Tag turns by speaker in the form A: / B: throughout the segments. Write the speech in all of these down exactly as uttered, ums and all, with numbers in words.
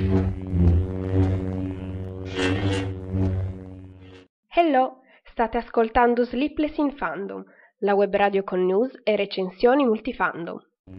A: Hello, state ascoltando Sleepless in Fandom, la web radio con news e recensioni multifandom.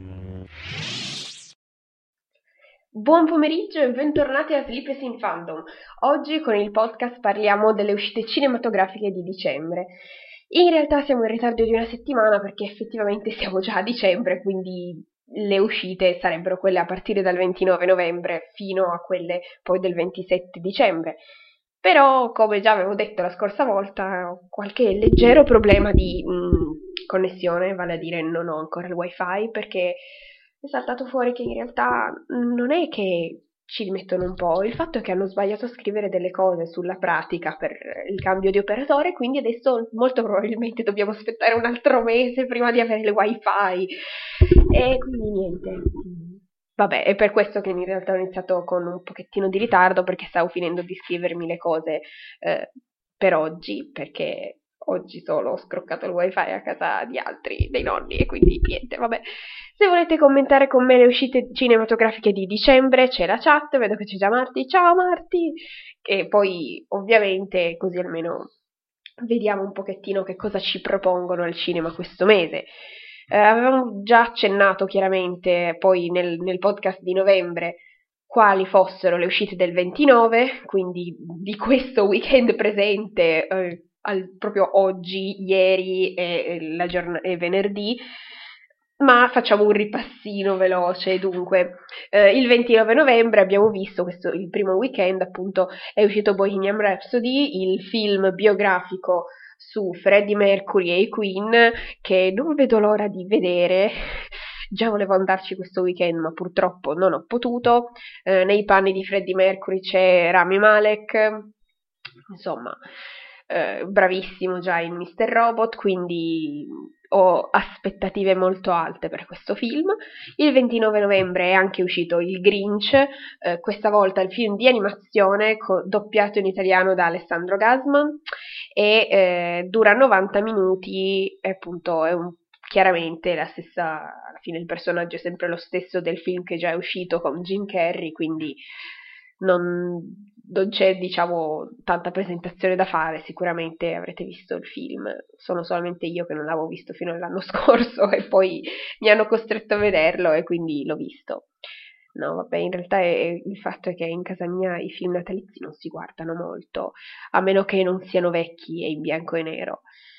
A: Buon pomeriggio e bentornati a Sleepless in Fandom. Oggi con il podcast parliamo delle uscite cinematografiche di dicembre. In realtà siamo in ritardo di una settimana perché effettivamente siamo già a dicembre, quindi le uscite sarebbero quelle a partire dal ventinove novembre fino a quelle poi del ventisette dicembre. Però, come già avevo detto la scorsa volta, ho qualche leggero problema di mh, connessione, vale a dire non ho ancora il wifi, perché è saltato fuori che in realtà non è che ci rimettono un po', il fatto è che hanno sbagliato a scrivere delle cose sulla pratica per il cambio di operatore, quindi adesso molto probabilmente dobbiamo aspettare un altro mese prima di avere il wifi. E quindi niente. Vabbè, è per questo che in realtà ho iniziato con un pochettino di ritardo, perché stavo finendo di scrivermi le cose eh, per oggi, perché oggi solo ho scroccato il wifi a casa di altri, dei nonni, e quindi niente, vabbè. Se volete commentare con me le uscite cinematografiche di dicembre, c'è la chat, vedo che c'è già Marti, ciao Marti! E poi ovviamente così almeno vediamo un pochettino che cosa ci propongono al cinema questo mese. Eh, avevamo già accennato chiaramente poi nel, nel podcast di novembre quali fossero le uscite del ventinove, quindi di questo weekend presente, eh, al, proprio oggi, ieri e, e, la giorn- e venerdì, ma facciamo un ripassino veloce. Dunque, eh, il ventinove novembre abbiamo visto, questo il primo weekend appunto, è uscito Bohemian Rhapsody, il film biografico su Freddie Mercury e i Queen, che non vedo l'ora di vedere. Già volevo andarci questo weekend, ma purtroppo non ho potuto. Eh, nei panni di Freddie Mercury c'è Rami Malek, insomma, eh, bravissimo già in mister Robot, quindi ho aspettative molto alte per questo film. Il ventinove novembre è anche uscito Il Grinch, eh, questa volta il film di animazione co- doppiato in italiano da Alessandro Gasman, e eh, dura novanta minuti, e appunto è un, chiaramente la stessa, alla fine il personaggio è sempre lo stesso del film che già è uscito con Jim Carrey, quindi non, non c'è, diciamo, tanta presentazione da fare. Sicuramente avrete visto il film, sono solamente io che non l'avevo visto fino all'anno scorso e poi mi hanno costretto a vederlo e quindi l'ho visto. No, vabbè, in realtà è, il fatto è che in casa mia i film natalizi non si guardano molto, a meno che non siano vecchi e in bianco e nero.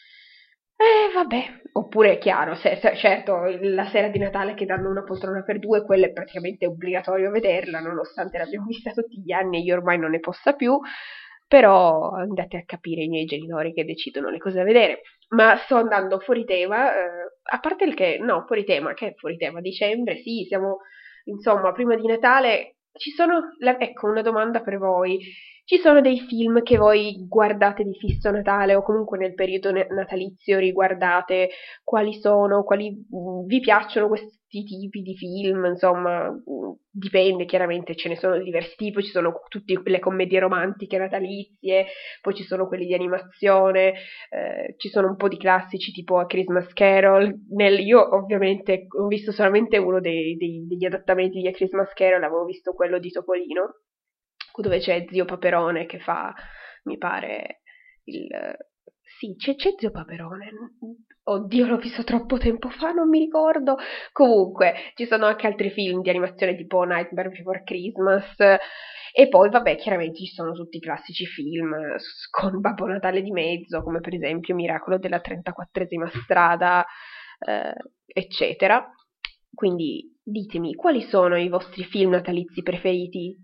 A: Eh, vabbè, oppure è chiaro, se, se- certo, la sera di Natale che danno una poltrona per due, quella è praticamente obbligatorio vederla, nonostante l'abbiamo vista tutti gli anni e io ormai non ne possa più, però andate a capire i miei genitori che decidono le cose da vedere. Ma sto andando fuori tema, eh, a parte il che, no, fuori tema, che è fuori tema, dicembre, sì, siamo, insomma, prima di Natale, ci sono, la- ecco, una domanda per voi. Ci sono dei film che voi guardate di fisso a Natale o comunque nel periodo ne- natalizio riguardate? Quali sono? Quali mh, vi piacciono questi tipi di film? Insomma, mh, dipende, chiaramente ce ne sono di diversi tipi, ci sono tutte le commedie romantiche natalizie, poi ci sono quelli di animazione, eh, ci sono un po' di classici tipo A Christmas Carol. Nel- io ovviamente ho visto solamente uno dei- dei- degli adattamenti di A Christmas Carol, avevo visto quello di Topolino, dove c'è Zio Paperone che fa, mi pare, il... Sì, c'è, c'è Zio Paperone. Oddio, l'ho visto troppo tempo fa, non mi ricordo. Comunque, ci sono anche altri film di animazione tipo Nightmare Before Christmas. E poi, vabbè, chiaramente ci sono tutti i classici film con Babbo Natale di mezzo, come per esempio Miracolo della trentaquattresima strada, eh, eccetera. Quindi ditemi, quali sono i vostri film natalizi preferiti?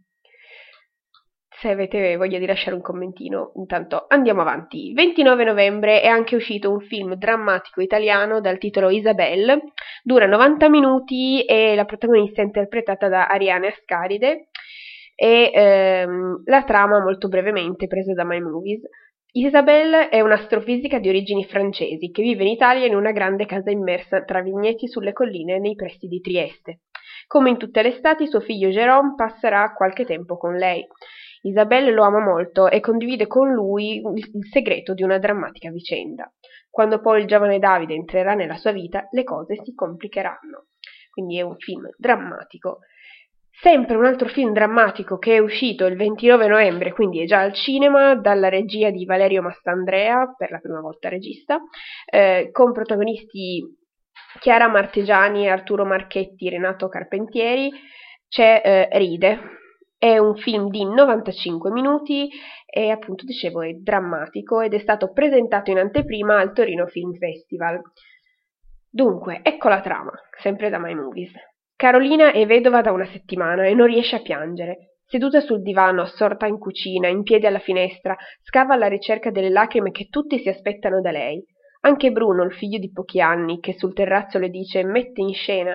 A: Se avete voglia di lasciare un commentino, intanto andiamo avanti. ventinove novembre è anche uscito un film drammatico italiano dal titolo Isabelle, dura novanta minuti e la protagonista è interpretata da Ariane Ascaride e ehm, la trama molto brevemente presa da My Movies. Isabelle è un'astrofisica di origini francesi che vive in Italia in una grande casa immersa tra vigneti sulle colline nei pressi di Trieste. Come in tutte le estati, suo figlio Jérôme passerà qualche tempo con lei. Isabelle lo ama molto e condivide con lui il segreto di una drammatica vicenda. Quando poi il giovane Davide entrerà nella sua vita, le cose si complicheranno. Quindi è un film drammatico. Sempre un altro film drammatico che è uscito il ventinove novembre, quindi è già al cinema, dalla regia di Valerio Mastandrea, per la prima volta regista, eh, con protagonisti Chiara Martegiani, Arturo Marchetti, Renato Carpentieri. C'è eh, Ride. È un film di novantacinque minuti e, appunto, dicevo, è drammatico ed è stato presentato in anteprima al Torino Film Festival. Dunque, ecco la trama, sempre da My Movies. Carolina è vedova da una settimana e non riesce a piangere. Seduta sul divano, assorta in cucina, in piedi alla finestra, scava alla ricerca delle lacrime che tutti si aspettano da lei. Anche Bruno, il figlio di pochi anni, che sul terrazzo le dice mette in scena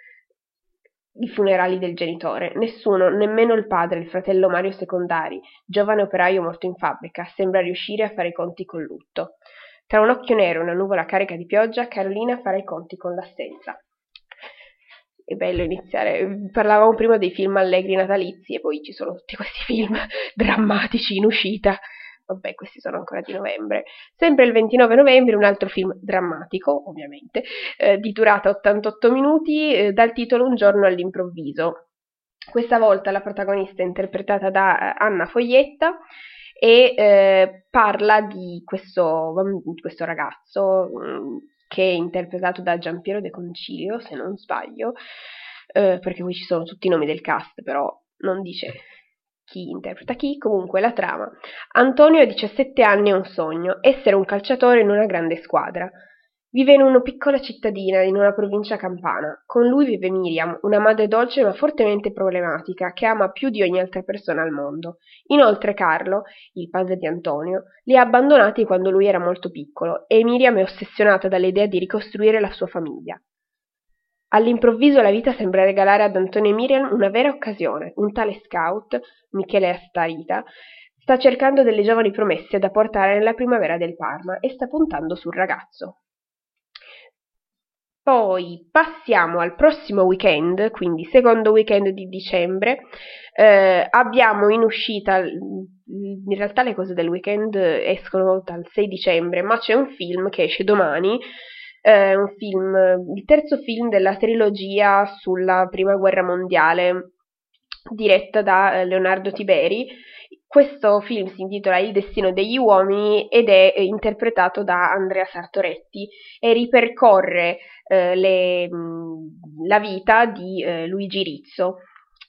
A: i funerali del genitore. Nessuno, nemmeno il padre, il fratello Mario Secondari, giovane operaio morto in fabbrica, sembra riuscire a fare i conti col lutto. Tra un occhio nero e una nuvola carica di pioggia, Carolina farà i conti con l'assenza. È bello iniziare. Parlavamo prima dei film allegri natalizi e poi ci sono tutti questi film drammatici in uscita. Vabbè, questi sono ancora di novembre. Sempre il ventinove novembre un altro film drammatico, ovviamente, eh, di durata ottantotto minuti, eh, dal titolo Un giorno all'improvviso. Questa volta la protagonista è interpretata da Anna Foglietta e eh, parla di questo, di questo ragazzo mh, che è interpretato da Giampiero De Concilio, se non sbaglio, eh, perché qui ci sono tutti i nomi del cast, però non dice chi interpreta chi. Comunque la trama. Antonio ha diciassette anni e un sogno, essere un calciatore in una grande squadra. Vive in una piccola cittadina in una provincia campana. Con lui vive Miriam, una madre dolce ma fortemente problematica, che ama più di ogni altra persona al mondo. Inoltre Carlo, il padre di Antonio, li ha abbandonati quando lui era molto piccolo e Miriam è ossessionata dall'idea di ricostruire la sua famiglia. All'improvviso la vita sembra regalare ad Antonio e Miriam una vera occasione. Un tale scout, Michele Astarita, sta cercando delle giovani promesse da portare nella primavera del Parma e sta puntando sul ragazzo. Poi passiamo al prossimo weekend, quindi secondo weekend di dicembre. Eh, abbiamo in uscita, in realtà le cose del weekend escono dal sei dicembre, ma c'è un film che esce domani, eh, un film, il terzo film della trilogia sulla prima guerra mondiale, diretta da Leonardo Tiberi. Questo film si intitola Il destino degli uomini ed è interpretato da Andrea Sartoretti e ripercorre eh, le, mh, la vita di eh, Luigi Rizzo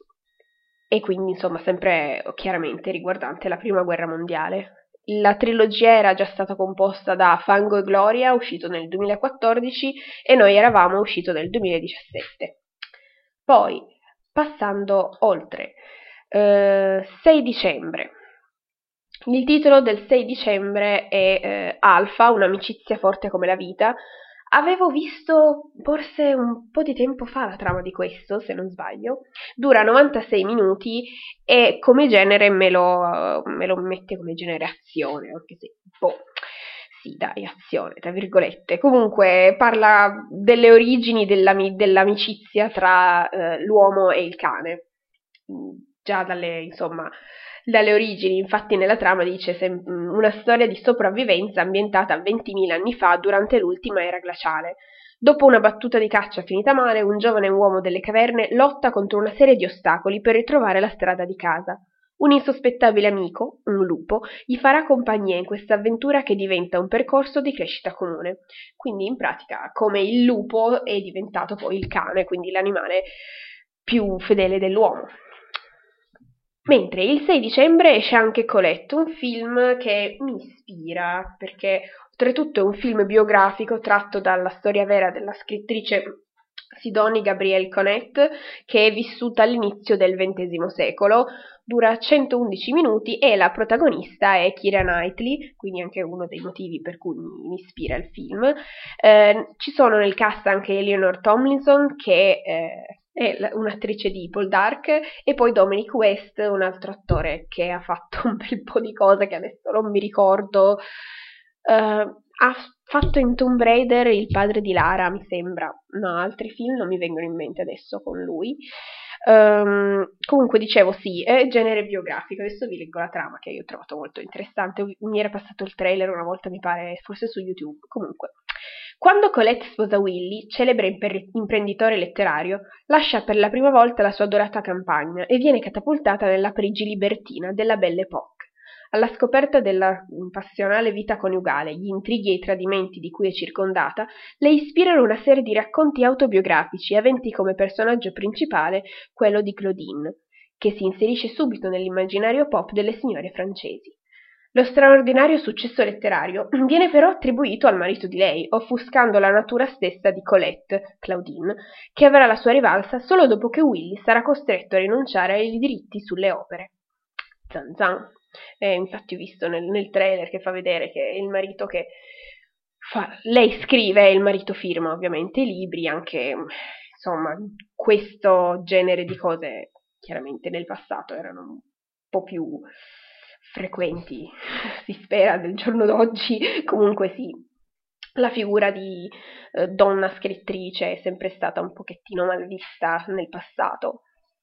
A: e quindi insomma sempre chiaramente riguardante la prima guerra mondiale. La trilogia era già stata composta da Fango e Gloria, uscito nel duemilaquattordici, e Noi eravamo, uscito nel duemiladiciassette. Poi, passando oltre, eh, sei dicembre. Il titolo del sei dicembre è eh, Alfa, un'amicizia forte come la vita. Avevo visto forse un po' di tempo fa la trama di questo, se non sbaglio. Dura novantasei minuti e come genere me lo, me lo mette come genere azione, anche se boh, sì, dai, azione, tra virgolette. Comunque parla delle origini dell'ami- dell'amicizia tra eh, l'uomo e il cane. Già dalle, insomma, dalle origini, infatti nella trama dice sem- una storia di sopravvivenza ambientata ventimila anni fa durante l'ultima era glaciale. Dopo una battuta di caccia finita male, un giovane uomo delle caverne lotta contro una serie di ostacoli per ritrovare la strada di casa. Un insospettabile amico, un lupo, gli farà compagnia in questa avventura che diventa un percorso di crescita comune. Quindi in pratica come il lupo è diventato poi il cane, quindi l'animale più fedele dell'uomo. Mentre il sei dicembre esce anche Colette, un film che mi ispira, perché oltretutto è un film biografico tratto dalla storia vera della scrittrice Sidonie Gabrielle Connet, che è vissuta all'inizio del ventesimo secolo, dura centoundici minuti e la protagonista è Keira Knightley, quindi anche uno dei motivi per cui mi, mi ispira il film. Eh, ci sono nel cast anche Eleanor Tomlinson, che eh, è un'attrice di Poldark, e poi Dominic West, un altro attore che ha fatto un bel po' di cose che adesso non mi ricordo. Uh, ha fatto in Tomb Raider il padre di Lara, mi sembra, no, altri film non mi vengono in mente adesso con lui. Um, comunque dicevo sì, è genere biografico. Adesso vi leggo la trama che io ho trovato molto interessante, mi era passato il trailer una volta mi pare, forse su YouTube. Comunque Quando Colette sposa Willy, celebre imper- imprenditore letterario, lascia per la prima volta la sua adorata campagna e viene catapultata nella Parigi libertina della Belle Époque. Alla scoperta della passionale vita coniugale, gli intrighi e i tradimenti di cui è circondata, le ispirano una serie di racconti autobiografici aventi come personaggio principale quello di Claudine, che si inserisce subito nell'immaginario pop delle signore francesi. Lo straordinario successo letterario viene però attribuito al marito di lei, offuscando la natura stessa di Colette, Claudine, che avrà la sua rivalsa solo dopo che Willy sarà costretto a rinunciare ai diritti sulle opere. Zan zan. Eh, infatti ho visto nel, nel trailer che fa vedere che è il marito che fa, lei scrive e il marito firma ovviamente i libri, anche insomma questo genere di cose chiaramente nel passato erano un po' più frequenti, si spera del giorno d'oggi, comunque sì, la figura di eh, donna scrittrice è sempre stata un pochettino mal vista nel passato.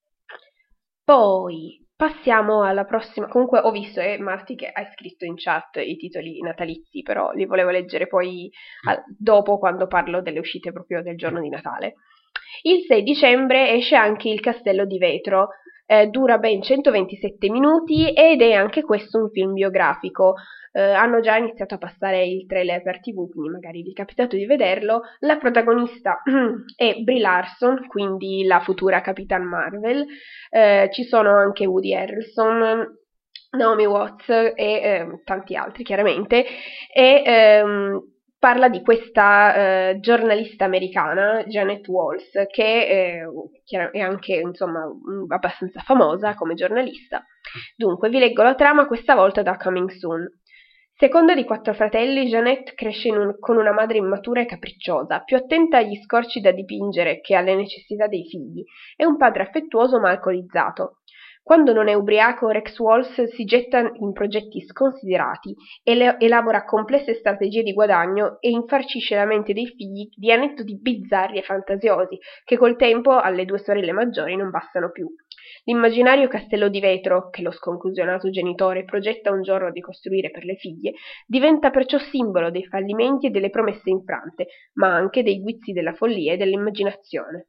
A: Poi passiamo alla prossima. Comunque ho visto, eh, Marti, che hai scritto in chat i titoli natalizi, però li volevo leggere poi al, dopo, quando parlo delle uscite proprio del giorno di Natale. Il sei dicembre esce anche Il Castello di Vetro, eh, dura ben centoventisette minuti ed è anche questo un film biografico. Eh, hanno già iniziato a passare il trailer per tivù, quindi magari vi è capitato di vederlo. La protagonista è Brie Larson, quindi la futura Capitan Marvel. Eh, ci sono anche Woody Harrelson, Naomi Watts e eh, tanti altri chiaramente, e ehm, parla di questa eh, giornalista americana, Janet Walls, che eh, è anche insomma abbastanza famosa come giornalista. Dunque vi leggo la trama questa volta da Coming Soon. Seconda di quattro fratelli, Jeanette cresce in un, con una madre immatura e capricciosa, più attenta agli scorci da dipingere che alle necessità dei figli, e un padre affettuoso ma alcolizzato. Quando non è ubriaco, Rex Walls si getta in progetti sconsiderati, ele- elabora complesse strategie di guadagno e infarcisce la mente dei figli di aneddoti bizzarri e fantasiosi, che col tempo alle due sorelle maggiori non bastano più. L'immaginario castello di vetro, che lo sconclusionato genitore progetta un giorno di costruire per le figlie, diventa perciò simbolo dei fallimenti e delle promesse infrante, ma anche dei guizzi della follia e dell'immaginazione.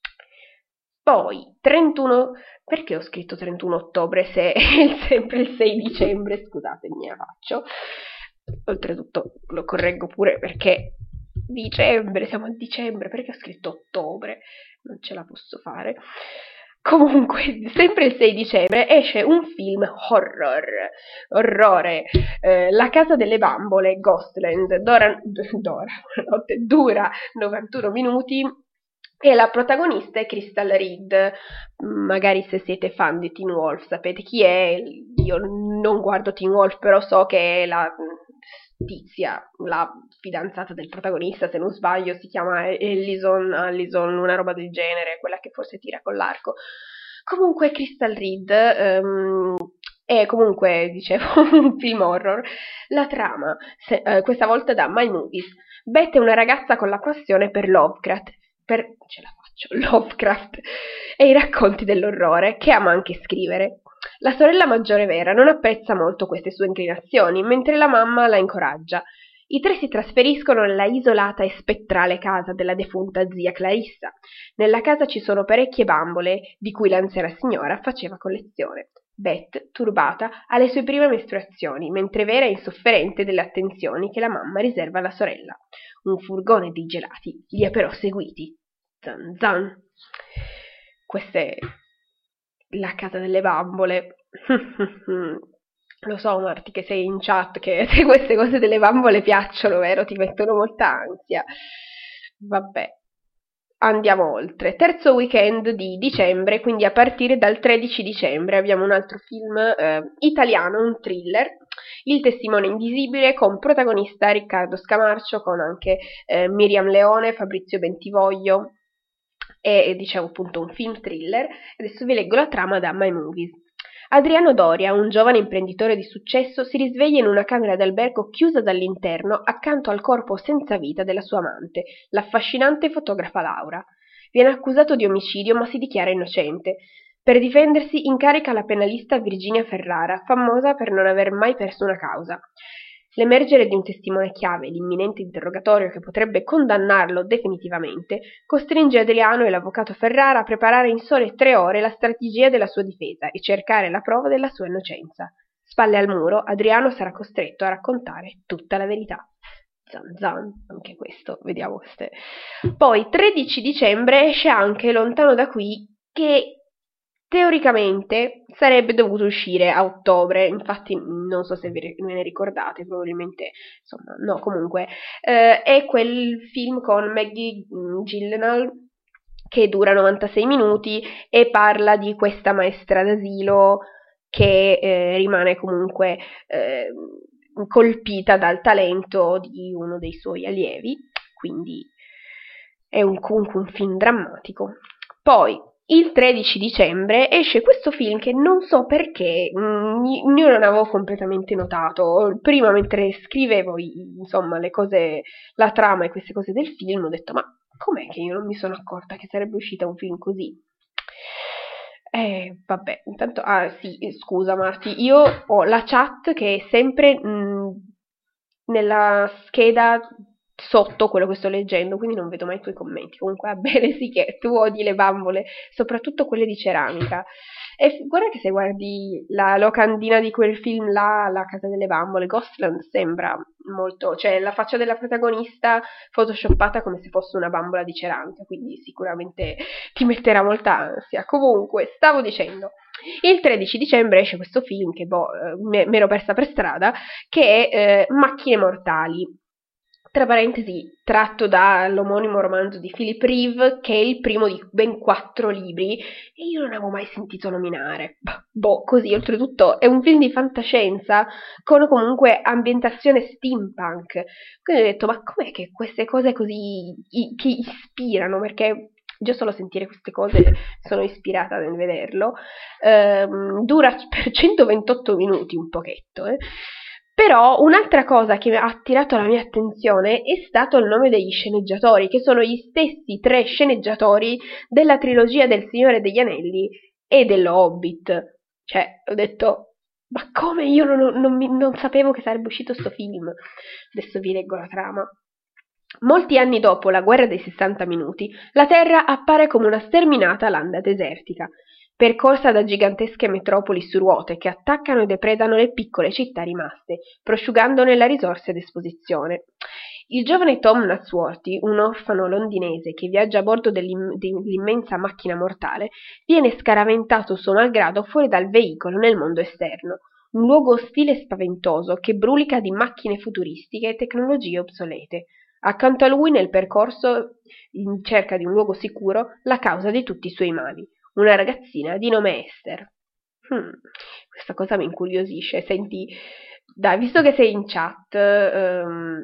A: Poi, trentuno... Perché ho scritto trentuno ottobre se è sempre il sei dicembre? Scusate, mi faccio. Oltretutto lo correggo pure perché dicembre, siamo a dicembre, perché ho scritto ottobre? Non ce la posso fare. Comunque, sempre il sei dicembre esce un film horror, orrore, eh, La casa delle bambole, Ghostland, Dora, Dora, dura novantuno minuti e la protagonista è Crystal Reed. Magari se siete fan di Teen Wolf sapete chi è. Io non guardo Teen Wolf, però so che è la tizia, la fidanzata del protagonista, se non sbaglio si chiama Allison, Allison, una roba del genere, quella che forse tira con l'arco. Comunque Crystal Reed um, è comunque, dicevo, un film horror. La trama, se, uh, questa volta da My Movies. Beth è una ragazza con la passione per Lovecraft, per, ce la faccio, Lovecraft e i racconti dell'orrore, che ama anche scrivere. La sorella maggiore Vera non apprezza molto queste sue inclinazioni, mentre la mamma la incoraggia. I tre si trasferiscono nella isolata e spettrale casa della defunta zia Clarissa. Nella casa ci sono parecchie bambole, di cui l'anziana signora faceva collezione. Beth, turbata, ha le sue prime mestruazioni, mentre Vera è insofferente delle attenzioni che la mamma riserva alla sorella. Un furgone di gelati li ha però seguiti. Zan zan. Questa è la casa delle bambole. Lo so, Marti, che sei in chat, che se queste cose delle bambole piacciono, vero? Ti mettono molta ansia. Vabbè, andiamo oltre. Terzo weekend di dicembre, quindi a partire dal tredici dicembre, abbiamo un altro film eh, italiano, un thriller, Il testimone invisibile, con protagonista Riccardo Scamarcio, con anche eh, Miriam Leone, Fabrizio Bentivoglio, e dicevo appunto un film thriller. Adesso vi leggo la trama da My Movies. Adriano Doria, un giovane imprenditore di successo, si risveglia in una camera d'albergo chiusa dall'interno accanto al corpo senza vita della sua amante, l'affascinante fotografa Laura. Viene accusato di omicidio ma si dichiara innocente. Per difendersi incarica la penalista Virginia Ferrara, famosa per non aver mai perso una causa. L'emergere di un testimone chiave e l'imminente interrogatorio che potrebbe condannarlo definitivamente costringe Adriano e l'avvocato Ferrara a preparare in sole tre ore la strategia della sua difesa e cercare la prova della sua innocenza. Spalle al muro, Adriano sarà costretto a raccontare tutta la verità. Zan zan, anche questo, vediamo queste. Poi, tredici dicembre, esce anche Lontano da qui, che teoricamente sarebbe dovuto uscire a ottobre, infatti non so se ve ne ricordate, probabilmente, insomma, no, comunque, eh, è quel film con Maggie Gyllenhaal che dura novantasei minuti e parla di questa maestra d'asilo che eh, rimane comunque eh, colpita dal talento di uno dei suoi allievi, quindi è un, comunque un film drammatico. Poi, il tredici dicembre esce questo film che non so perché mh, io non avevo completamente notato. Prima, mentre scrivevo insomma le cose, la trama e queste cose del film, ho detto: ma com'è che io non mi sono accorta che sarebbe uscita un film così? Eh, vabbè, intanto, ah sì, scusa Marti, io ho la chat che è sempre mh, nella scheda sotto quello che sto leggendo, quindi non vedo mai i tuoi commenti. Comunque va bene, sì, che tu odi le bambole, soprattutto quelle di ceramica. E guarda che se guardi la locandina di quel film là, La casa delle bambole, Ghostland, sembra molto, cioè la faccia della protagonista photoshoppata come se fosse una bambola di ceramica, quindi sicuramente ti metterà molta ansia. Comunque, stavo dicendo, il tredici dicembre esce questo film che boh, mi ero persa per strada, che è eh, Macchine mortali. Tra parentesi, tratto dall'omonimo romanzo di Philip Reeve, che è il primo di ben quattro libri, e io non avevo mai sentito nominare. Boh, così, oltretutto, è un film di fantascienza, con comunque ambientazione steampunk. Quindi ho detto, ma com'è che queste cose così i- che ispirano? Perché già solo sentire queste cose sono ispirata nel vederlo. Ehm, dura per centoventotto minuti, un pochetto, eh. Però un'altra cosa che ha attirato la mia attenzione è stato il nome degli sceneggiatori, che sono gli stessi tre sceneggiatori della trilogia del Signore degli Anelli e dello Hobbit. Cioè, ho detto, ma come? Io non, non, mi, non sapevo che sarebbe uscito sto film. Adesso vi leggo la trama. Molti anni dopo la guerra dei sessanta minuti, la Terra appare come una sterminata landa desertica, percorsa da gigantesche metropoli su ruote che attaccano e depredano le piccole città rimaste, prosciugandone la risorsa ed esposizione. Il giovane Tom Natsworthy, un orfano londinese che viaggia a bordo dell'im- dell'immensa macchina mortale, viene scaraventato suo malgrado fuori dal veicolo nel mondo esterno, un luogo ostile e spaventoso che brulica di macchine futuristiche e tecnologie obsolete. Accanto a lui, nel percorso in cerca di un luogo sicuro, la causa di tutti i suoi mali, una ragazzina di nome Esther. Hmm, questa cosa mi incuriosisce. Senti, dai, visto che sei in chat, ehm,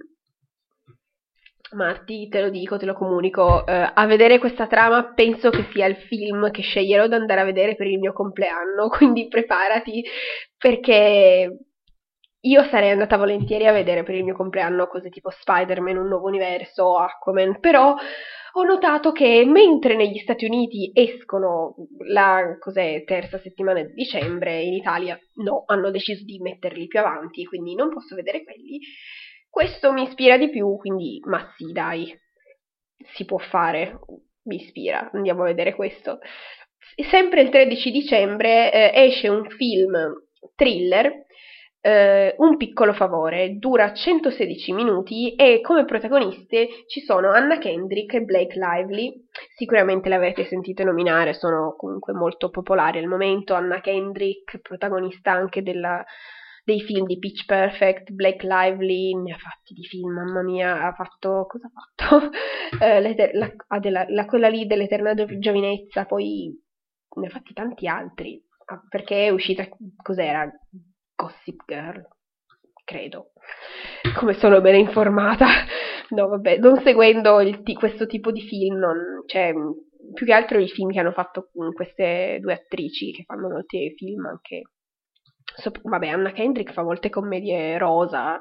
A: Marti, te lo dico, te lo comunico, eh, a vedere questa trama penso che sia il film che sceglierò di andare a vedere per il mio compleanno, quindi preparati perché io sarei andata volentieri a vedere per il mio compleanno cose tipo Spider-Man, Un nuovo universo, Aquaman, però ho notato che mentre negli Stati Uniti escono la cos'è, terza settimana di dicembre, in Italia no, hanno deciso di metterli più avanti, quindi non posso vedere quelli. Questo mi ispira di più, quindi ma sì, dai, si può fare, mi ispira, andiamo a vedere questo. Sempre il tredici dicembre eh, esce un film thriller, eh, Un piccolo favore, dura centosedici minuti e come protagoniste ci sono Anna Kendrick e Blake Lively. Sicuramente l'avrete sentito nominare, sono comunque molto popolari al momento. Anna Kendrick, protagonista anche della, dei film di Pitch Perfect. Blake Lively ne ha fatti di film, mamma mia, ha fatto, cosa ha fatto? eh, la, la, della, la, quella lì dell'Eterna giovinezza, poi ne ha fatti tanti altri, perché è uscita, cos'era? Gossip Girl, credo, come sono ben informata. No, vabbè, non seguendo il t- questo tipo di film, non, cioè, più che altro i film che hanno fatto queste due attrici che fanno molti film anche. So, vabbè, Anna Kendrick fa molte commedie rosa.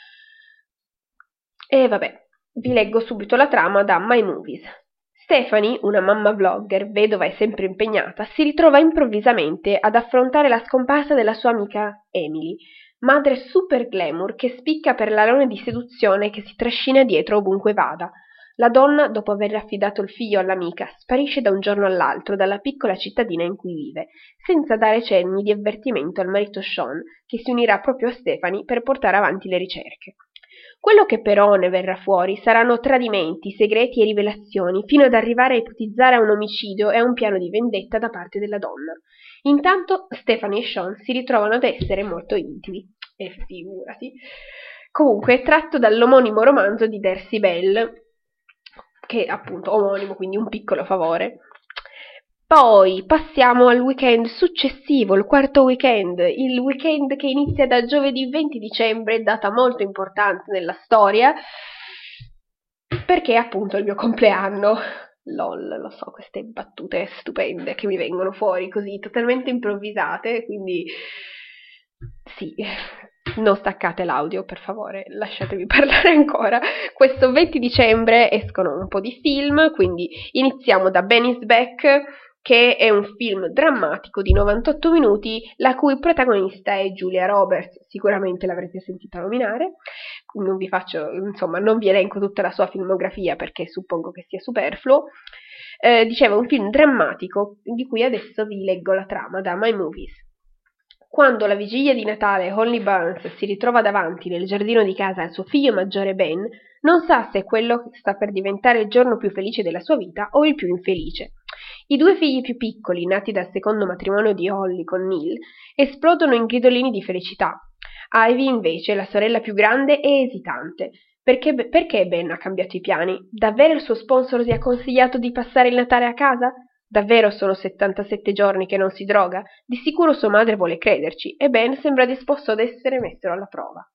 A: E vabbè, vi leggo subito la trama da My Movies. Stephanie, una mamma vlogger, vedova e sempre impegnata, si ritrova improvvisamente ad affrontare la scomparsa della sua amica Emily, madre super glamour che spicca per l'alone di seduzione che si trascina dietro ovunque vada. La donna, dopo aver affidato il figlio all'amica, sparisce da un giorno all'altro dalla piccola cittadina in cui vive, senza dare cenni di avvertimento al marito Sean, che si unirà proprio a Stephanie per portare avanti le ricerche. Quello che però ne verrà fuori saranno tradimenti, segreti e rivelazioni, fino ad arrivare a ipotizzare un omicidio e a un piano di vendetta da parte della donna. Intanto Stephanie e Sean si ritrovano ad essere molto intimi. E figurati. Comunque è tratto dall'omonimo romanzo di Darcy Bell, che è appunto omonimo, quindi un piccolo favore. Poi passiamo al weekend successivo, il quarto weekend, il weekend che inizia da giovedì venti dicembre, data molto importante nella storia, perché è appunto il mio compleanno. Lol, lo so, queste battute stupende che mi vengono fuori così, totalmente improvvisate, quindi sì, non staccate l'audio, per favore, lasciatemi parlare ancora. Questo venti dicembre escono un po' di film, quindi iniziamo da Ben is Back, che è un film drammatico di novantotto minuti, la cui protagonista è Julia Roberts, sicuramente l'avrete sentita nominare. Non vi faccio, insomma, non vi elenco tutta la sua filmografia perché suppongo che sia superfluo. Eh, dicevo, un film drammatico di cui adesso vi leggo la trama da My Movies. Quando alla vigilia di Natale Holly Burns si ritrova davanti nel giardino di casa al suo figlio maggiore Ben, non sa se quello sta per diventare il giorno più felice della sua vita o il più infelice. I due figli più piccoli, nati dal secondo matrimonio di Holly con Neil, esplodono in gridolini di felicità. Ivy, invece, la sorella più grande, è esitante. Perché, perché Ben ha cambiato i piani? Davvero il suo sponsor gli ha consigliato di passare il Natale a casa? Davvero sono settantasette giorni che non si droga? Di sicuro sua madre vuole crederci e Ben sembra disposto ad essere messo alla prova.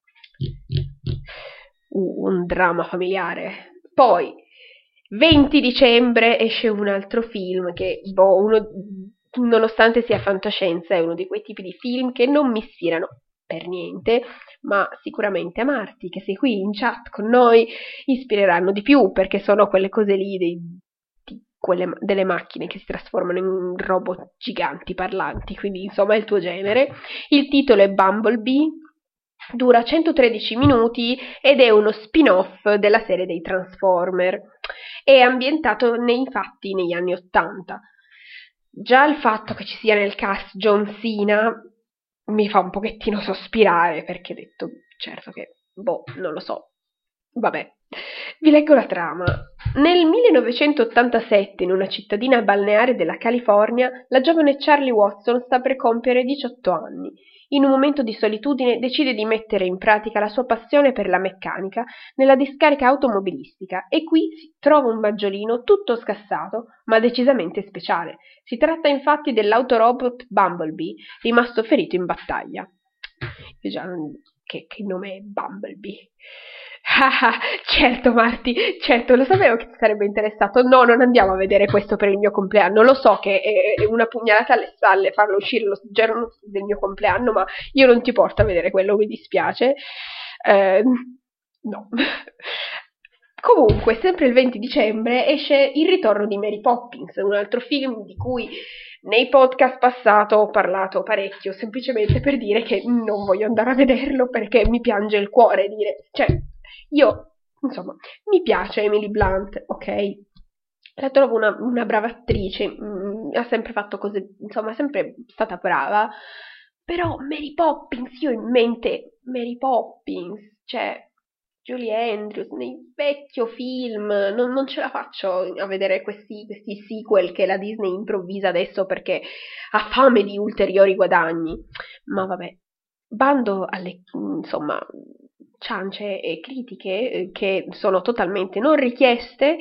A: Uh, un dramma familiare. Poi, venti dicembre esce un altro film che, boh, uno, nonostante sia fantascienza, è uno di quei tipi di film che non mi ispirano per niente, ma sicuramente a Marti, che sei qui in chat con noi, ispireranno di più, perché sono quelle cose lì dei, di quelle, delle macchine che si trasformano in robot giganti parlanti, quindi insomma è il tuo genere. Il titolo è Bumblebee, dura centotredici minuti ed è uno spin-off della serie dei Transformer. È ambientato nei fatti negli anni Ottanta. Già il fatto che ci sia nel cast John Cena mi fa un pochettino sospirare, perché ho detto, certo che, boh, non lo so. Vabbè, vi leggo la trama. Nel millenovecentottantasette, in una cittadina balneare della California, la giovane Charlie Watson sta per compiere diciotto anni. In un momento di solitudine decide di mettere in pratica la sua passione per la meccanica nella discarica automobilistica e qui trova un maggiolino tutto scassato, ma decisamente speciale. Si tratta infatti dell'autorobot Bumblebee, rimasto ferito in battaglia. Io già non... che, che nome è Bumblebee? Ah, certo Marti, certo, lo sapevo che ti sarebbe interessato. No, non andiamo a vedere questo per il mio compleanno. Lo so che è una pugnalata alle spalle farlo uscire lo giorno del mio compleanno, ma io non ti porto a vedere quello, mi dispiace. Eh, no. Comunque, sempre il venti dicembre esce Il ritorno di Mary Poppins, un altro film di cui nei podcast passato ho parlato parecchio, semplicemente per dire che non voglio andare a vederlo perché mi piange il cuore dire, cioè, io, insomma, mi piace Emily Blunt, ok? La trovo una, una brava attrice, mh, ha sempre fatto cose, insomma, è sempre stata brava, però Mary Poppins, io ho in mente Mary Poppins, cioè Julie Andrews nel vecchio film, non, non ce la faccio a vedere questi, questi sequel che la Disney improvvisa adesso perché ha fame di ulteriori guadagni, ma vabbè, bando alle, insomma, ciance e critiche eh, che sono totalmente non richieste.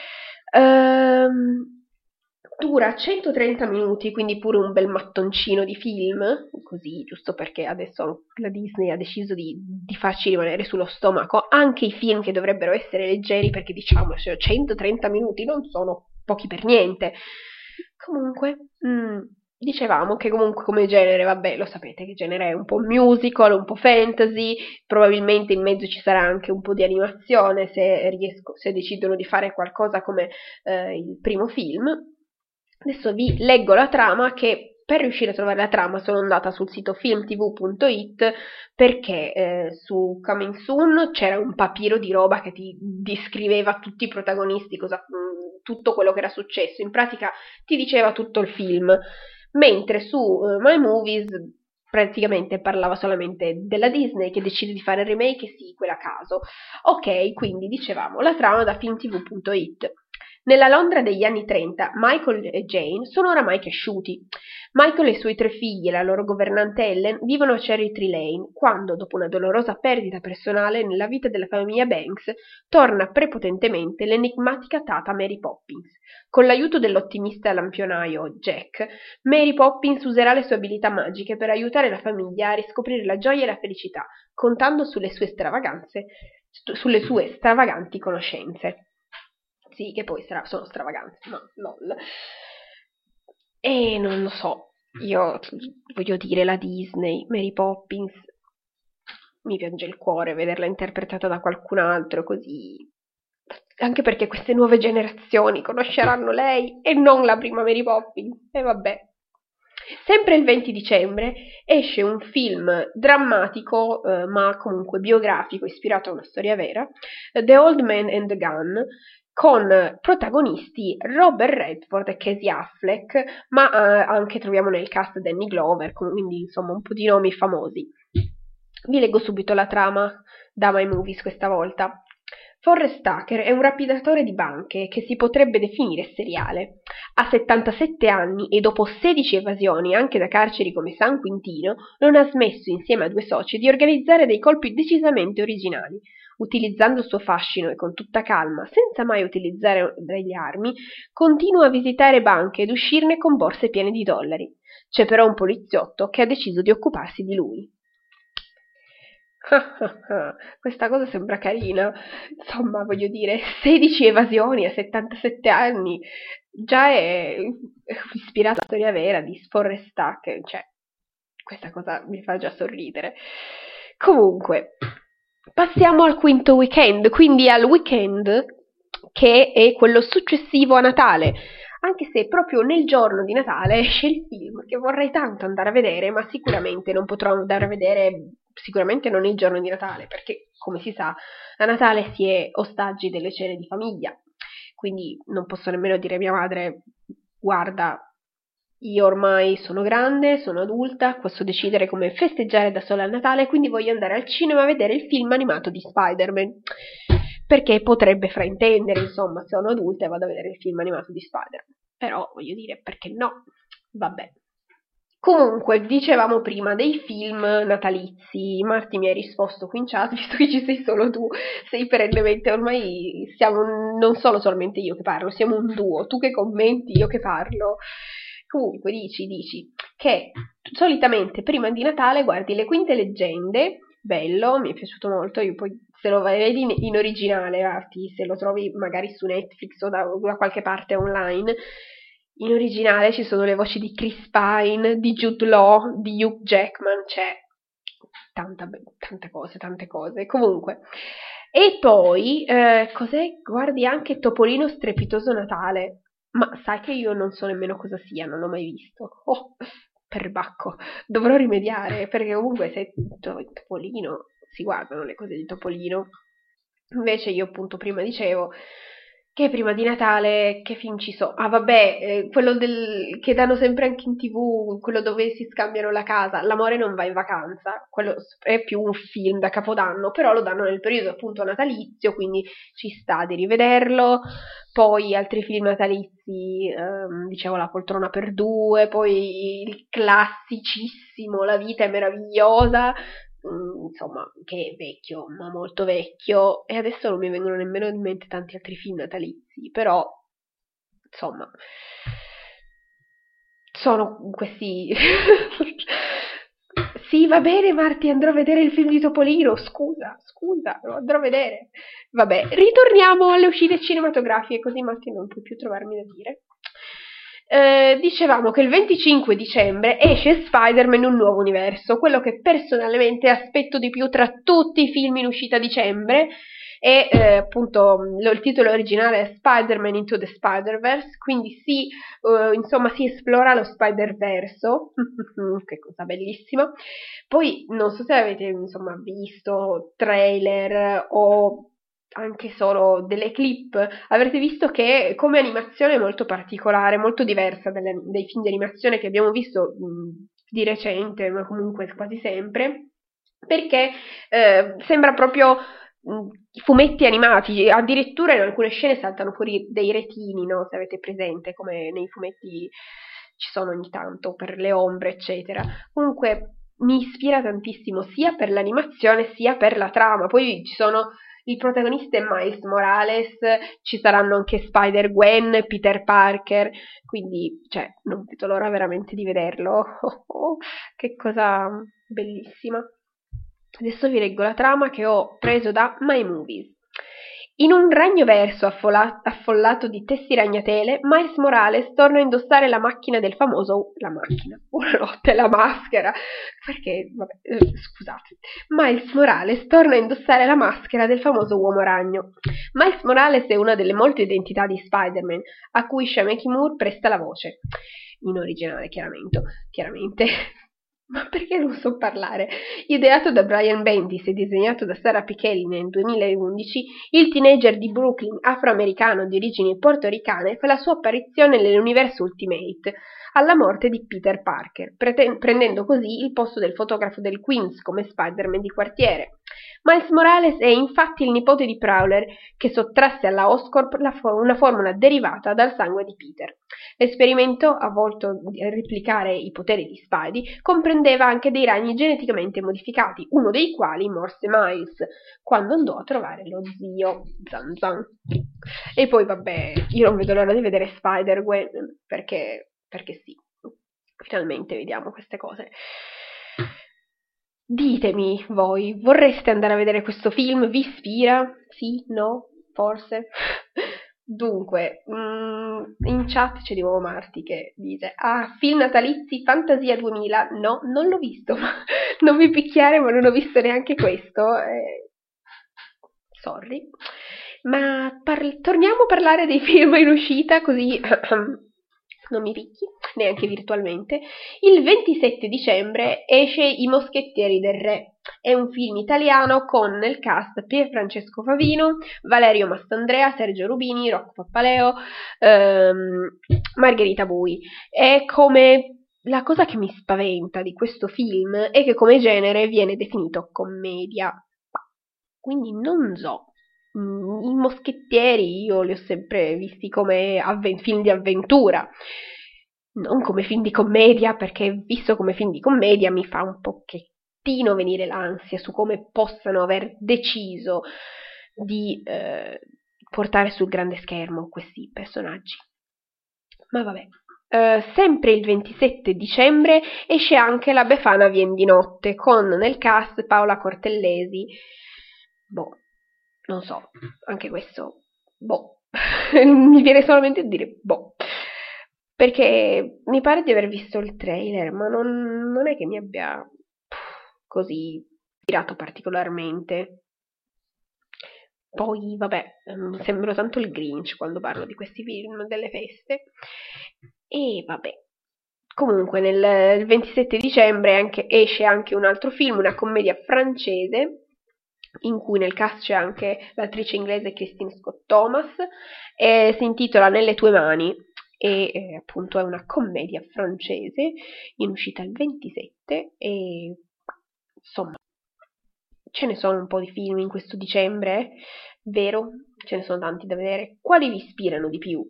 A: Ehm, dura centotrenta minuti, quindi pure un bel mattoncino di film, così, giusto perché adesso la Disney ha deciso di, di farci rimanere sullo stomaco anche i film che dovrebbero essere leggeri, perché diciamo, centotrenta minuti non sono pochi per niente. Comunque, mh, dicevamo che comunque come genere, vabbè, lo sapete che genere è un po' musical, un po' fantasy, probabilmente in mezzo ci sarà anche un po' di animazione se, riesco, se decidono di fare qualcosa come eh, il primo film. Adesso vi leggo la trama che per riuscire a trovare la trama sono andata sul sito film t v punto i t perché eh, su Coming Soon c'era un papiro di roba che ti descriveva tutti i protagonisti, cosa, mh, tutto quello che era successo, in pratica ti diceva tutto il film, mentre su uh, My Movies praticamente parlava solamente della Disney che decide di fare il remake e sequel a caso. Ok, quindi dicevamo la trama da film t v punto i t. Nella Londra degli anni trenta, Michael e Jane sono oramai cresciuti. Michael e i suoi tre figli e la loro governante Ellen vivono a Cherry Tree Lane, quando, dopo una dolorosa perdita personale nella vita della famiglia Banks, torna prepotentemente l'enigmatica tata Mary Poppins. Con l'aiuto dell'ottimista lampionaio Jack, Mary Poppins userà le sue abilità magiche per aiutare la famiglia a riscoprire la gioia e la felicità, contando sulle sue stravaganze, sulle sue stravaganti conoscenze. Sì, che poi sarà, sono stravaganze, no, lol. E non lo so, io voglio dire la Disney, Mary Poppins, mi piange il cuore vederla interpretata da qualcun altro così, anche perché queste nuove generazioni conosceranno lei e non la prima Mary Poppins, e vabbè. Sempre il venti dicembre esce un film drammatico, eh, ma comunque biografico, ispirato a una storia vera, The Old Man and the Gun, con protagonisti Robert Redford e Casey Affleck, ma eh, anche troviamo nel cast Danny Glover, quindi insomma un po' di nomi famosi. Vi leggo subito la trama da My Movies questa volta. Forrest Tucker è un rapinatore di banche che si potrebbe definire seriale. Ha settantasette anni e dopo sedici evasioni anche da carceri come San Quintino non ha smesso insieme a due soci di organizzare dei colpi decisamente originali. Utilizzando il suo fascino e con tutta calma, senza mai utilizzare delle armi, continua a visitare banche ed uscirne con borse piene di dollari. C'è però un poliziotto che ha deciso di occuparsi di lui. Questa cosa sembra carina, insomma, voglio dire, sedici evasioni a settantasette anni, già è ispirata a storia vera di Forrest Tucker, cioè, questa cosa mi fa già sorridere. Comunque, passiamo al quinto weekend, quindi al weekend che è quello successivo a Natale, anche se proprio nel giorno di Natale esce il film che vorrei tanto andare a vedere, ma sicuramente non potrò andare a vedere, sicuramente non il giorno di Natale, perché come si sa a Natale si è ostaggi delle cene di famiglia, quindi non posso nemmeno dire a mia madre: guarda, io ormai sono grande, sono adulta, posso decidere come festeggiare da sola il Natale, quindi voglio andare al cinema a vedere il film animato di Spider-Man, perché potrebbe fraintendere, insomma, sono adulta e vado a vedere il film animato di Spider-Man, però voglio dire, perché no? Vabbè. Comunque, dicevamo prima dei film natalizi. Marti mi hai risposto qui in chat, visto che ci sei solo tu, sei perennemente, ormai siamo non solo solamente io che parlo, siamo un duo, tu che commenti, io che parlo. Comunque dici, dici, che solitamente prima di Natale guardi Le Quinte Leggende, bello, mi è piaciuto molto, io poi se lo vedi in, in originale, Marti, se lo trovi magari su Netflix o da, da qualche parte online, in originale ci sono le voci di Chris Pine, di Jude Law, di Hugh Jackman, c'è tanta, tante cose, tante cose. Comunque, e poi, eh, cos'è? Guardi anche Topolino Strepitoso Natale, ma sai che io non so nemmeno cosa sia, non l'ho mai visto. Oh, perbacco, dovrò rimediare, perché comunque se Topolino, si guardano le cose di Topolino. Invece io appunto prima dicevo che prima di Natale che film ci sono? Ah vabbè, eh, quello del, che danno sempre anche in tv, quello dove si scambiano la casa, L'amore non va in vacanza, quello è più un film da Capodanno, però lo danno nel periodo appunto natalizio, quindi ci sta di rivederlo. Poi altri film natalizi, ehm, dicevo La poltrona per due, poi il classicissimo La vita è meravigliosa, insomma, che è vecchio, ma molto vecchio, e adesso non mi vengono nemmeno in mente tanti altri film natalizi, però insomma sono questi. Sì, va bene Marti, andrò a vedere il film di Topolino, scusa, scusa, lo andrò a vedere. Vabbè, ritorniamo alle uscite cinematografiche, così Marti non puoi più trovarmi da dire. Eh, dicevamo che il venticinque dicembre esce Spider-Man Un nuovo universo, quello che personalmente aspetto di più tra tutti i film in uscita a dicembre, e eh, appunto lo, il titolo originale è Spider-Man Into the Spider-Verse, quindi si, eh, insomma, si esplora lo Spider-Verso, che cosa bellissima. Poi non so se avete insomma visto trailer o anche solo delle clip, avrete visto che come animazione è molto particolare, molto diversa dalle, dai film di animazione che abbiamo visto mh, di recente, ma comunque quasi sempre, perché eh, sembra proprio mh, fumetti animati, addirittura in alcune scene saltano fuori dei retini, no? Se avete presente, come nei fumetti ci sono ogni tanto per le ombre, eccetera. Comunque mi ispira tantissimo sia per l'animazione sia per la trama. Poi ci sono il protagonista è Miles Morales, ci saranno anche Spider-Gwen, Peter Parker, quindi cioè, non vedo l'ora veramente di vederlo. Oh, oh, che cosa bellissima. Adesso vi leggo la trama che ho preso da My Movies. In un ragnoverso affola- affollato di tessi ragnatele, Miles Morales torna a indossare la macchina del famoso... la macchina, buonanotte, la maschera, perché, vabbè, eh, scusate. Miles Morales torna a indossare la maschera del famoso uomo ragno. Miles Morales è una delle molte identità di Spider-Man, a cui Shameky Moore presta la voce. In originale, chiaramente. chiaramente. Ma perché non so parlare? Ideato da Brian Bendis e disegnato da Sarah Pichelli nel duemilaundici, il teenager di Brooklyn afroamericano di origini portoricane fa la sua apparizione nell'universo Ultimate alla morte di Peter Parker, prete- prendendo così il posto del fotografo del Queens come Spider-Man di quartiere. Miles Morales è infatti il nipote di Prowler, che sottrasse alla Oscorp la fo- una formula derivata dal sangue di Peter. L'esperimento, a volto a replicare i poteri di Spidey, comprendeva anche dei ragni geneticamente modificati, uno dei quali morse Miles, quando andò a trovare lo zio Zan Zan. E poi, vabbè, io non vedo l'ora di vedere Spider-Gwen, perché, perché sì, finalmente vediamo queste cose. Ditemi voi, vorreste andare a vedere questo film? Vi ispira? Sì? No? Forse? Dunque, mm, in chat c'è di nuovo Marti che dice: Ah, film natalizi Fantasia duemila. No, non l'ho visto, ma non mi picchiare, ma non ho visto neanche questo. Eh, sorry. Ma par- torniamo a parlare dei film in uscita, così non mi picchi, neanche virtualmente. Il ventisette dicembre esce I Moschettieri del Re. È un film italiano con nel cast Pierfrancesco Favino, Valerio Mastandrea, Sergio Rubini, Rocco Pappaleo, ehm, Margherita Bui. È come... La cosa che mi spaventa di questo film è che come genere viene definito commedia. Quindi non so. Mm, I moschettieri io li ho sempre visti come avven- film di avventura, non come film di commedia, perché visto come film di commedia mi fa un pochettino venire l'ansia su come possano aver deciso di eh, portare sul grande schermo questi personaggi. Ma vabbè. Eh, sempre il ventisette dicembre esce anche La Befana vien di notte con nel cast Paola Cortellesi. Boh, non so, anche questo, boh, mi viene solamente a dire boh, perché mi pare di aver visto il trailer, ma non, non è che mi abbia così ispirato particolarmente. Poi, vabbè, ehm, sembro tanto il Grinch quando parlo di questi film delle feste. E vabbè. Comunque, nel il ventisette dicembre anche- esce anche un altro film, una commedia francese, in cui nel cast c'è anche l'attrice inglese Christine Scott Thomas, e si intitola Nelle tue mani, e eh, appunto è una commedia francese in uscita il ventisette, e insomma ce ne sono un po' di film in questo dicembre, eh? Vero? Ce ne sono tanti da vedere. Quali vi ispirano di più?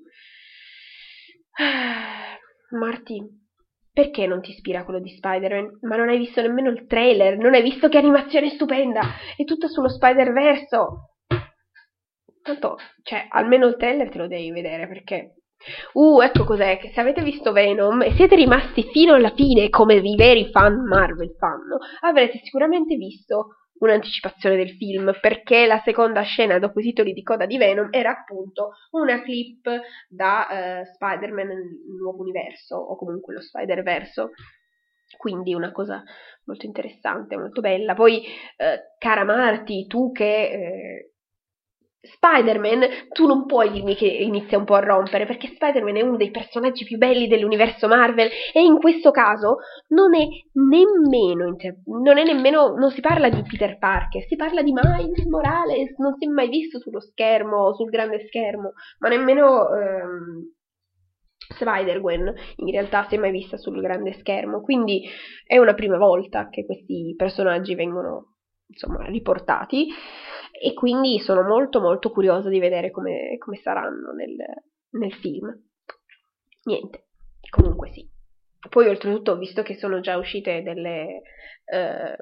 A: Ah, Marti, perché non ti ispira quello di Spider-Man? Ma non hai visto nemmeno il trailer, non hai visto che animazione stupenda! È tutto sullo Spider-Verso! Tanto, cioè, almeno il trailer te lo devi vedere, perché... Uh, ecco cos'è, che se avete visto Venom e siete rimasti fino alla fine come i veri fan Marvel fanno, avrete sicuramente visto un'anticipazione del film, perché la seconda scena dopo i titoli di coda di Venom era appunto una clip da eh, Spider-Man nel nuovo universo, o comunque lo Spider-Verso. Quindi una cosa molto interessante, molto bella. Poi, eh, cara Marti, tu che... Eh, Spider-Man, tu non puoi dirmi che inizia un po' a rompere, perché Spider-Man è uno dei personaggi più belli dell'universo Marvel e in questo caso non è nemmeno, inter- non è nemmeno, non si parla di Peter Parker, si parla di Miles Morales, non si è mai visto sullo schermo, sul grande schermo, ma nemmeno ehm, Spider-Gwen in realtà si è mai vista sul grande schermo, quindi è una prima volta che questi personaggi vengono insomma riportati e quindi sono molto molto curiosa di vedere come, come saranno nel, nel film. Niente, comunque sì. Poi oltretutto ho visto che sono già uscite delle... Eh,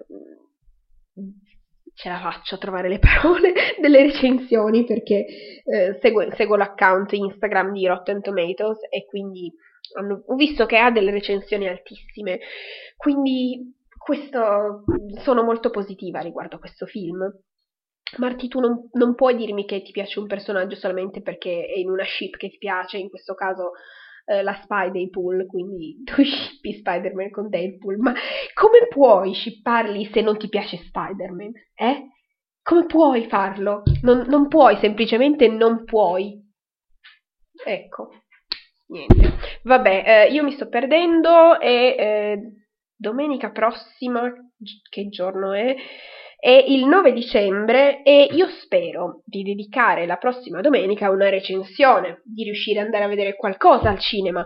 A: ce la faccio a trovare le parole, delle recensioni perché eh, seguo, seguo l'account Instagram di Rotten Tomatoes e quindi hanno, ho visto che ha delle recensioni altissime, quindi questo, sono molto positiva riguardo a questo film. Marti, tu non, non puoi dirmi che ti piace un personaggio solamente perché è in una ship che ti piace, in questo caso eh, la spy dei Pool, quindi tu shippi Spider-Man con Deadpool, ma come puoi shipparli se non ti piace Spider-Man? Eh? Come puoi farlo? Non, non puoi, semplicemente non puoi. Ecco, niente. Vabbè, eh, io mi sto perdendo e eh, domenica prossima, che giorno è? È il nove dicembre e io spero di dedicare la prossima domenica a una recensione, di riuscire ad andare a vedere qualcosa al cinema.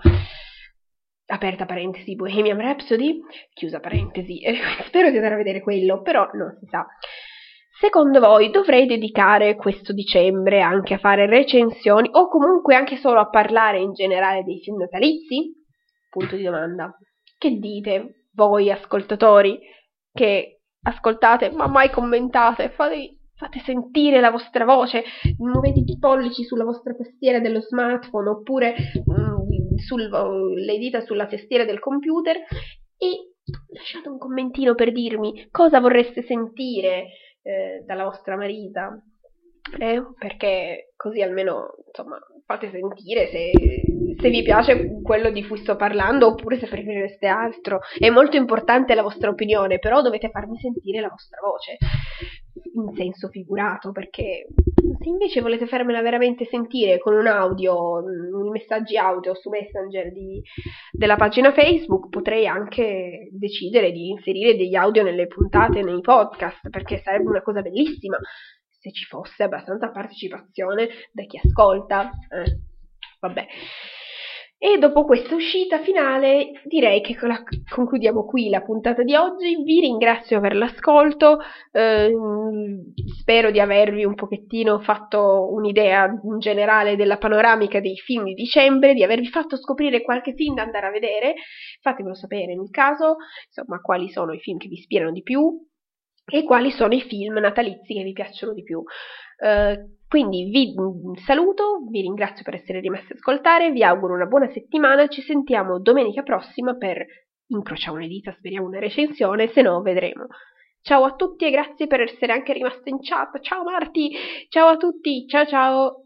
A: Aperta parentesi, Bohemian Rhapsody, chiusa parentesi, eh, spero di andare a vedere quello, però non si sa. Secondo voi dovrei dedicare questo dicembre anche a fare recensioni o comunque anche solo a parlare in generale dei film natalizi? Punto di domanda. Che dite voi ascoltatori che ascoltate ma mai commentate? Fate, fate sentire la vostra voce, muovete i pollici sulla vostra tastiera dello smartphone oppure mh, sul, le dita sulla tastiera del computer e lasciate un commentino per dirmi cosa vorreste sentire eh, dalla vostra marita, eh, perché così almeno insomma fate sentire se, se vi piace quello di cui sto parlando oppure se preferireste altro. È molto importante la vostra opinione, però dovete farmi sentire la vostra voce in senso figurato, perché se invece volete farmela veramente sentire con un audio, un messaggi audio su Messenger di, della pagina Facebook, potrei anche decidere di inserire degli audio nelle puntate, nei podcast, perché sarebbe una cosa bellissima se ci fosse abbastanza partecipazione da chi ascolta. Eh, vabbè. E dopo questa uscita finale direi che concludiamo qui la puntata di oggi. Vi ringrazio per l'ascolto, eh, spero di avervi un pochettino fatto un'idea in generale della panoramica dei film di dicembre, di avervi fatto scoprire qualche film da andare a vedere. Fatemelo sapere nel caso, insomma, quali sono i film che vi ispirano di più e quali sono i film natalizi che vi piacciono di più. Uh, quindi vi saluto, vi ringrazio per essere rimasti ad ascoltare, vi auguro una buona settimana, ci sentiamo domenica prossima per, incrociamo le dita, speriamo una recensione, se no vedremo. Ciao a tutti e grazie per essere anche rimasti in chat, ciao Marti, ciao a tutti, ciao ciao!